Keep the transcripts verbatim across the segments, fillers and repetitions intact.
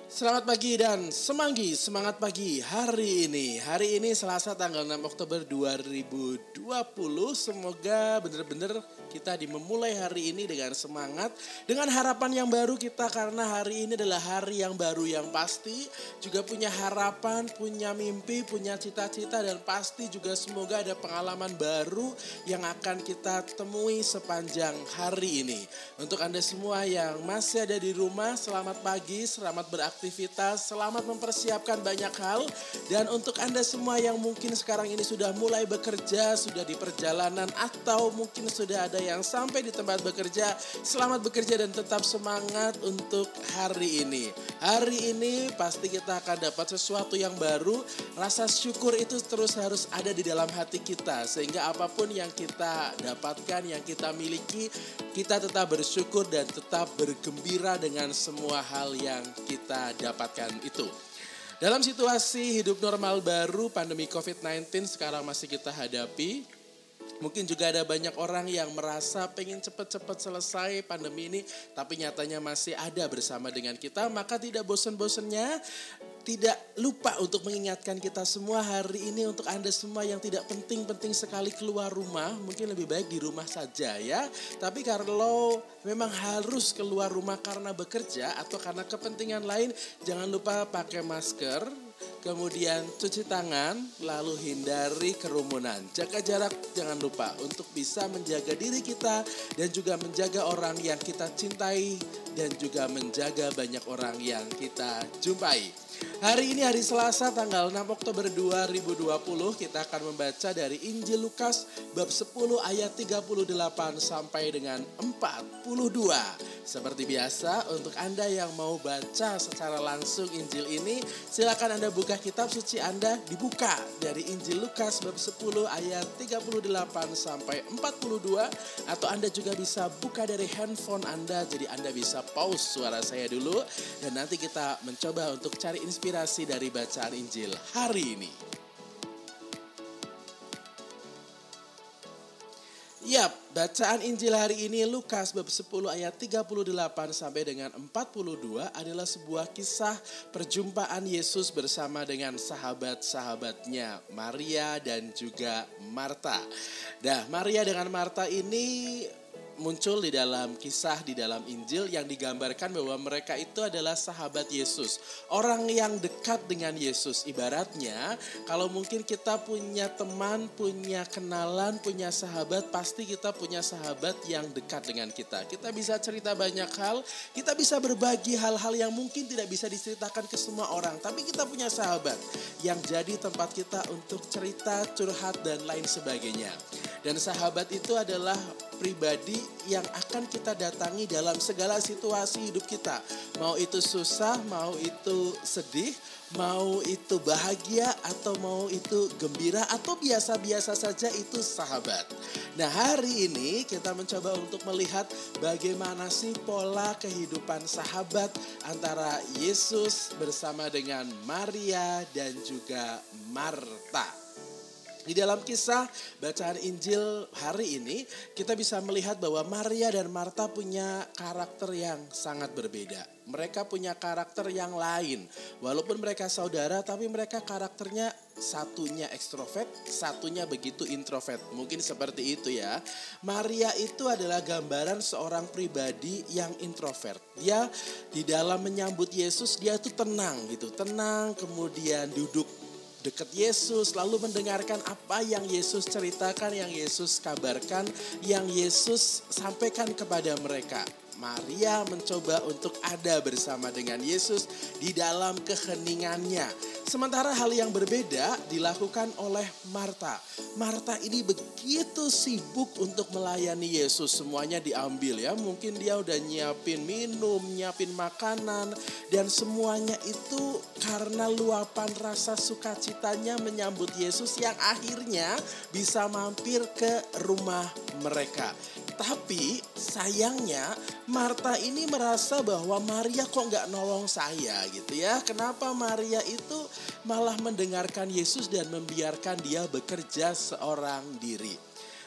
Selamat pagi dan semanggi, semangat pagi hari ini. Hari ini Selasa tanggal enam Oktober dua ribu dua puluh. Semoga benar-benar kita dimulai hari ini dengan semangat, dengan harapan yang baru kita, karena hari ini adalah hari yang baru yang pasti. Juga punya harapan, punya mimpi, punya cita-cita, dan pasti juga semoga ada pengalaman baru yang akan kita temui sepanjang hari ini. Untuk Anda semua yang masih ada di rumah, selamat pagi, selamat beraktivitas, selamat mempersiapkan banyak hal. Dan untuk Anda semua yang mungkin sekarang ini sudah mulai bekerja, sudah di perjalanan, atau mungkin sudah ada yang sampai di tempat bekerja, selamat bekerja dan tetap semangat untuk hari ini. Hari ini pasti kita akan dapat sesuatu yang baru. Rasa syukur itu terus harus ada di dalam hati kita, sehingga apapun yang kita dapatkan, yang kita miliki, kita tetap bersyukur dan tetap bergembira dengan semua hal yang kita dapatkan itu. Dalam situasi hidup normal baru, pandemi covid sembilan belas sekarang masih kita hadapi. Mungkin juga ada banyak orang yang merasa pengen cepat-cepat selesai pandemi ini, tapi nyatanya masih ada bersama dengan kita. Maka tidak bosan-bosannya, tidak lupa untuk mengingatkan kita semua hari ini, untuk Anda semua yang tidak penting-penting sekali keluar rumah, mungkin lebih baik di rumah saja ya. Tapi kalau memang harus keluar rumah karena bekerja atau karena kepentingan lain, jangan lupa pakai masker, kemudian cuci tangan, lalu hindari kerumunan. Jaga jarak, jangan lupa untuk bisa menjaga diri kita dan juga menjaga orang yang kita cintai dan juga menjaga banyak orang yang kita jumpai. Hari ini hari Selasa tanggal enam Oktober dua ribu dua puluh, kita akan membaca dari Injil Lukas bab sepuluh ayat tiga puluh delapan sampai dengan empat puluh dua. Seperti biasa, untuk Anda yang mau baca secara langsung Injil ini, silakan Anda buka kitab suci Anda, dibuka dari Injil Lukas bab sepuluh ayat tiga puluh delapan sampai empat puluh dua, atau Anda juga bisa buka dari handphone Anda, jadi Anda bisa pause suara saya dulu dan nanti kita mencoba untuk cari inspirasi dari bacaan Injil hari ini. Yap, bacaan Injil hari ini Lukas bab sepuluh ayat tiga puluh delapan sampai dengan empat puluh dua adalah sebuah kisah perjumpaan Yesus bersama dengan sahabat-sahabatnya, Maria dan juga Marta. Nah, Maria dengan Marta ini muncul di dalam kisah di dalam Injil yang digambarkan bahwa mereka itu adalah sahabat Yesus. Orang yang dekat dengan Yesus. Ibaratnya kalau mungkin kita punya teman, punya kenalan, punya sahabat, pasti kita punya sahabat yang dekat dengan kita. Kita bisa cerita banyak hal, kita bisa berbagi hal-hal yang mungkin tidak bisa diceritakan ke semua orang. Tapi kita punya sahabat yang jadi tempat kita untuk cerita, curhat, dan lain sebagainya. Dan sahabat itu adalah pribadi yang akan kita datangi dalam segala situasi hidup kita. Mau itu susah, mau itu sedih, mau itu bahagia, atau mau itu gembira, atau biasa-biasa saja, itu sahabat. Nah, hari ini kita mencoba untuk melihat bagaimana sih pola kehidupan sahabat antara Yesus bersama dengan Maria dan juga Marta. Di dalam kisah bacaan Injil hari ini, kita bisa melihat bahwa Maria dan Marta punya karakter yang sangat berbeda. Mereka punya karakter yang lain. Walaupun mereka saudara, tapi mereka karakternya satunya ekstrovert, satunya begitu introvert. Mungkin seperti itu ya. Maria itu adalah gambaran seorang pribadi yang introvert. Dia di dalam menyambut Yesus, dia itu tenang gitu. Tenang, kemudian duduk dekat Yesus, lalu mendengarkan apa yang Yesus ceritakan, yang Yesus kabarkan, yang Yesus sampaikan kepada mereka. Maria mencoba untuk ada bersama dengan Yesus di dalam keheningannya. Sementara hal yang berbeda dilakukan oleh Marta. Marta ini begitu sibuk untuk melayani Yesus, semuanya diambil ya. Mungkin dia udah nyiapin minum, nyiapin makanan, dan semuanya itu karena luapan rasa sukacitanya menyambut Yesus yang akhirnya bisa mampir ke rumah mereka. Tapi sayangnya Marta ini merasa bahwa Maria kok gak nolong saya gitu ya. Kenapa Maria itu malah mendengarkan Yesus dan membiarkan dia bekerja seorang diri.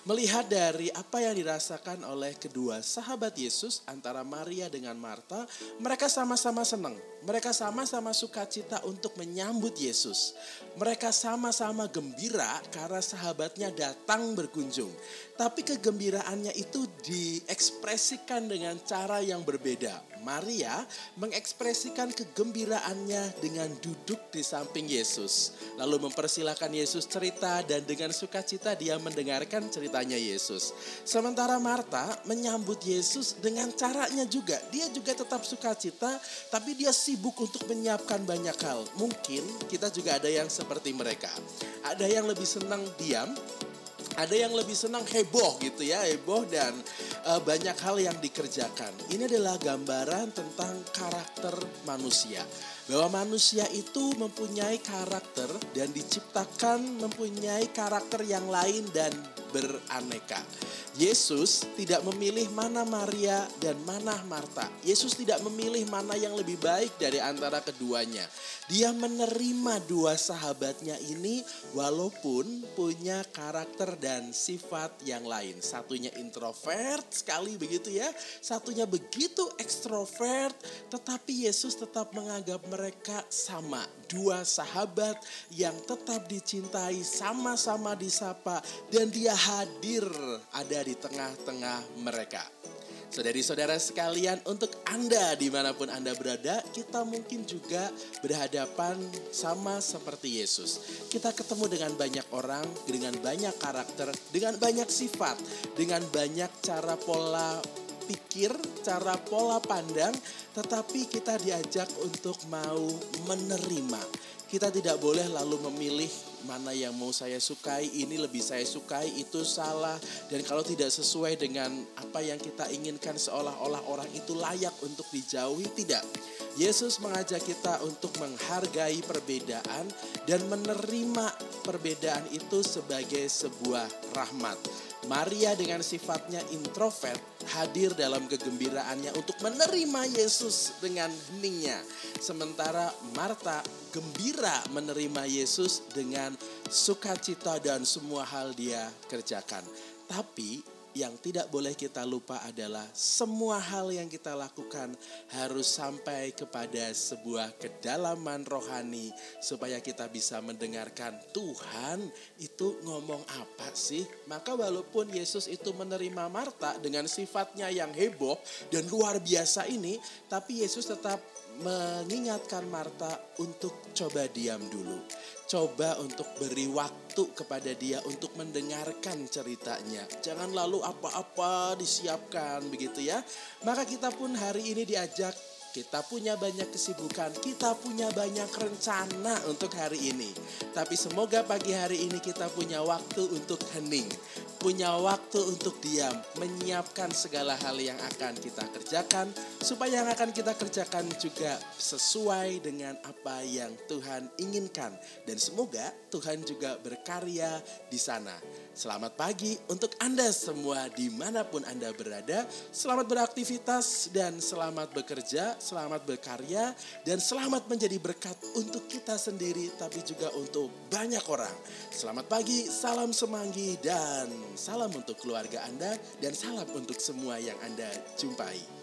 Melihat dari apa yang dirasakan oleh kedua sahabat Yesus antara Maria dengan Marta, mereka sama-sama senang. Mereka sama-sama sukacita untuk menyambut Yesus. Mereka sama-sama gembira karena sahabatnya datang berkunjung. Tapi kegembiraannya itu diekspresikan dengan cara yang berbeda. Maria mengekspresikan kegembiraannya dengan duduk di samping Yesus. Lalu mempersilahkan Yesus cerita dan dengan sukacita dia mendengarkan ceritanya Yesus. Sementara Marta menyambut Yesus dengan caranya juga. Dia juga tetap sukacita tapi dia sibuk untuk menyiapkan banyak hal. Mungkin kita juga ada yang seperti mereka. Ada yang lebih senang diam. Ada yang lebih senang heboh gitu ya, heboh dan uh, banyak hal yang dikerjakan. Ini adalah gambaran tentang karakter manusia. Bahwa manusia itu mempunyai karakter dan diciptakan mempunyai karakter yang lain dan beraneka. Yesus tidak memilih mana Maria dan mana Marta. Yesus tidak memilih mana yang lebih baik dari antara keduanya. Dia menerima dua sahabatnya ini walaupun punya karakter dan sifat yang lain. Satunya introvert sekali begitu ya. Satunya begitu ekstrovert. Tetapi Yesus tetap menganggap mereka sama. Dua sahabat yang tetap dicintai, sama-sama disapa. Dan dia hadir ada di tengah-tengah mereka. Saudari-saudara sekalian, untuk Anda dimanapun Anda berada, kita mungkin juga berhadapan sama seperti Yesus. Kita ketemu dengan banyak orang, dengan banyak karakter, dengan banyak sifat, dengan banyak cara pola pikir, cara pola pandang, tetapi kita diajak untuk mau menerima. Kita tidak boleh lalu memilih mana yang mau saya sukai, ini lebih saya sukai, itu salah. Dan kalau tidak sesuai dengan apa yang kita inginkan seolah-olah orang itu layak untuk dijauhi, tidak. Yesus mengajak kita untuk menghargai perbedaan dan menerima perbedaan itu sebagai sebuah rahmat. Maria dengan sifatnya introvert hadir dalam kegembiraannya untuk menerima Yesus dengan heningnya. Sementara Marta gembira menerima Yesus dengan sukacita dan semua hal dia kerjakan. Tapi yang tidak boleh kita lupa adalah semua hal yang kita lakukan harus sampai kepada sebuah kedalaman rohani supaya kita bisa mendengarkan Tuhan itu ngomong apa sih. Maka walaupun Yesus itu menerima Marta dengan sifatnya yang heboh dan luar biasa ini, tapi Yesus tetap mengingatkan Marta untuk coba diam dulu. Coba untuk beri waktu kepada dia untuk mendengarkan ceritanya. Jangan lalu apa-apa disiapkan begitu ya. Maka kita pun hari ini diajak, kita punya banyak kesibukan, kita punya banyak rencana untuk hari ini. Tapi semoga pagi hari ini kita punya waktu untuk hening. Punya waktu untuk diam, menyiapkan segala hal yang akan kita kerjakan, supaya yang akan kita kerjakan juga sesuai dengan apa yang Tuhan inginkan. Dan semoga Tuhan juga berkarya di sana. Selamat pagi untuk Anda semua dimanapun Anda berada. Selamat beraktivitas dan selamat bekerja, selamat berkarya, dan selamat menjadi berkat untuk kita sendiri, tapi juga untuk banyak orang. Selamat pagi, salam semanggi, dan salam untuk keluarga Anda, dan salam untuk semua yang Anda jumpai.